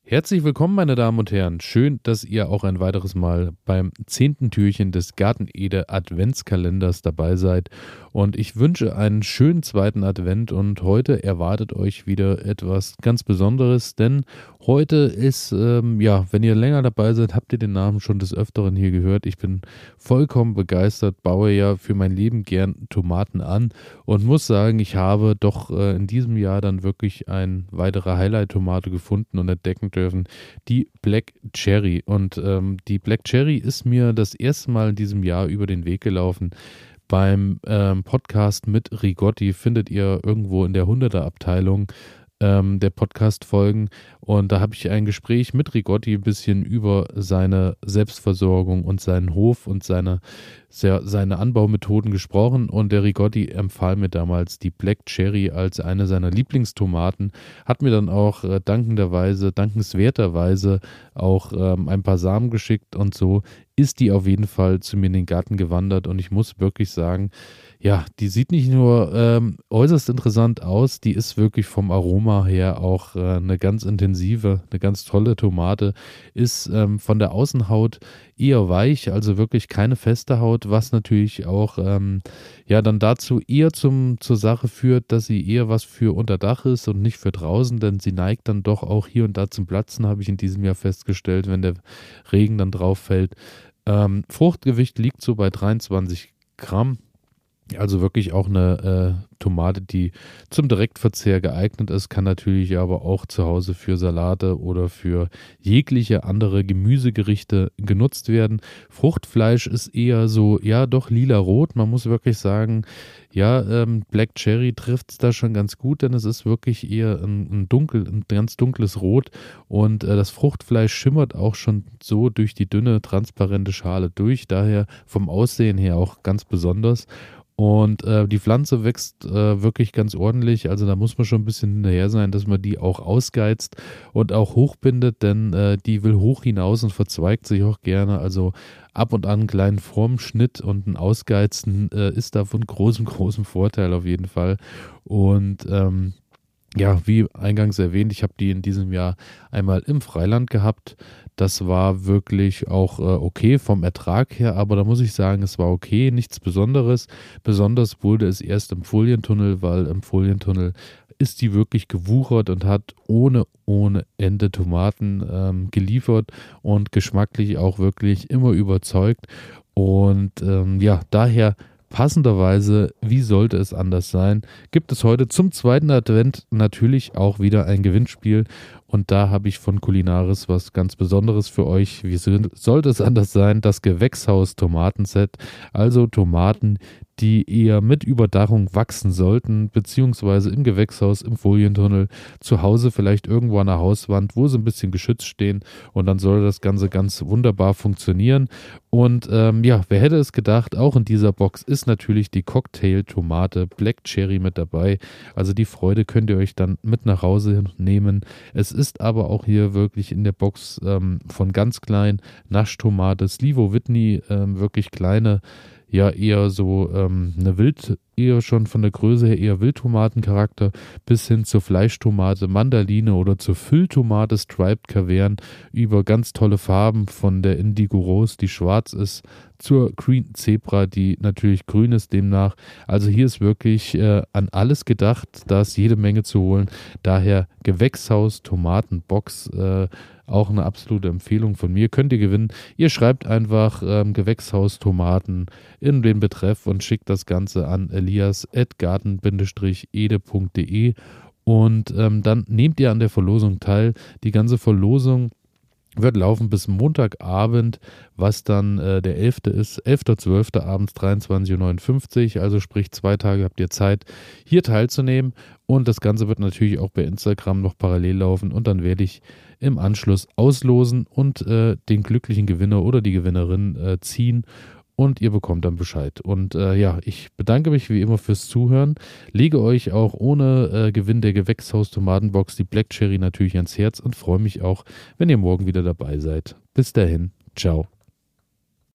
Herzlich willkommen, meine Damen und Herren. Schön, dass ihr auch ein weiteres Mal beim 10. Türchen des Garten-Ede Adventskalenders dabei seid. Und ich wünsche einen schönen zweiten Advent und heute erwartet euch wieder etwas ganz Besonderes, denn heute ist, wenn ihr länger dabei seid, habt ihr den Namen schon des Öfteren hier gehört. Ich bin vollkommen begeistert, baue ja für mein Leben gern Tomaten an und muss sagen, ich habe doch in diesem Jahr dann wirklich eine weitere Highlight-Tomate gefunden und entdecken dürfen, die Black Cherry. Und die Black Cherry ist mir das erste Mal in diesem Jahr über den Weg gelaufen. Beim Podcast mit Rigotti findet ihr irgendwo in der 100er-Abteilung der Podcast-Folgen. Und da habe ich ein Gespräch mit Rigotti ein bisschen über seine Selbstversorgung und seinen Hof und seine Anbaumethoden gesprochen. Und der Rigotti empfahl mir damals die Black Cherry als eine seiner Lieblingstomaten, hat mir dann auch dankenswerterweise auch ein paar Samen geschickt und so ist die auf jeden Fall zu mir in den Garten gewandert. Und ich muss wirklich sagen, ja, die sieht nicht nur äußerst interessant aus, die ist wirklich vom Aroma her auch eine ganz intensive, eine ganz tolle Tomate, ist von der Außenhaut eher weich, also wirklich keine feste Haut, was natürlich auch dann dazu eher zur Sache führt, dass sie eher was für unter Dach ist und nicht für draußen, denn sie neigt dann doch auch hier und da zum Platzen, habe ich in diesem Jahr festgestellt, wenn der Regen dann drauf fällt. Fruchtgewicht liegt so bei 23 Gramm. Also wirklich auch eine Tomate, die zum Direktverzehr geeignet ist, kann natürlich aber auch zu Hause für Salate oder für jegliche andere Gemüsegerichte genutzt werden. Fruchtfleisch ist eher so, ja doch lila-rot. Man muss wirklich sagen, Black Cherry trifft es da schon ganz gut, denn es ist wirklich eher ein ganz dunkles Rot und das Fruchtfleisch schimmert auch schon so durch die dünne, transparente Schale durch. Daher vom Aussehen her auch ganz besonders. Und die Pflanze wächst wirklich ganz ordentlich, also da muss man schon ein bisschen hinterher sein, dass man die auch ausgeizt und auch hochbindet, denn die will hoch hinaus und verzweigt sich auch gerne, also ab und an einen kleinen Formschnitt und ein Ausgeizen ist da von großem Vorteil auf jeden Fall. Und wie eingangs erwähnt, ich habe die in diesem Jahr einmal im Freiland gehabt. Das war wirklich auch okay vom Ertrag her, aber da muss ich sagen, es war okay, nichts Besonderes. Besonders wurde es erst im Folientunnel, weil im Folientunnel ist die wirklich gewuchert und hat ohne Ende Tomaten geliefert und geschmacklich auch wirklich immer überzeugt. Und daher passenderweise, wie sollte es anders sein, gibt es heute zum zweiten Advent natürlich auch wieder ein Gewinnspiel und da habe ich von Culinaris was ganz Besonderes für euch. Wie sollte es anders sein? Das Gewächshaus Tomatenset, also Tomaten, die eher mit Überdachung wachsen sollten, beziehungsweise im Gewächshaus, im Folientunnel, zu Hause vielleicht irgendwo an der Hauswand, wo sie ein bisschen geschützt stehen und dann soll das Ganze ganz wunderbar funktionieren. Und wer hätte es gedacht, auch in dieser Box ist natürlich die Cocktail-Tomate Black Cherry mit dabei. Also die Freude könnt ihr euch dann mit nach Hause nehmen. Es ist aber auch hier wirklich in der Box von ganz klein Naschtomate, Slivo Whitney, wirklich kleine, eher so eher schon von der Größe her eher Wildtomatencharakter, bis hin zur Fleischtomate, Mandarine oder zur Fülltomate Striped Kavern über ganz tolle Farben von der Indigo Rose, die schwarz ist, zur Green Zebra, die natürlich grün ist demnach. Also hier ist wirklich an alles gedacht, da ist jede Menge zu holen. Daher Gewächshaus Tomatenbox, auch eine absolute Empfehlung von mir. Könnt ihr gewinnen. Ihr schreibt einfach Gewächshaus Tomaten in den Betreff und schickt das Ganze an elias@garten-ede.de und dann nehmt ihr an der Verlosung teil. Die ganze Verlosung wird laufen bis Montagabend, was dann der 11. ist, 11.12. abends 23.59 Uhr, also sprich 2 Tage habt ihr Zeit, hier teilzunehmen und das Ganze wird natürlich auch bei Instagram noch parallel laufen und dann werde ich im Anschluss auslosen und den glücklichen Gewinner oder die Gewinnerin ziehen und ihr bekommt dann Bescheid. Und ich bedanke mich wie immer fürs Zuhören, lege euch auch ohne Gewinn der Gewächshaus-Tomatenbox die Black Cherry natürlich ans Herz und freue mich auch, wenn ihr morgen wieder dabei seid. Bis dahin, ciao.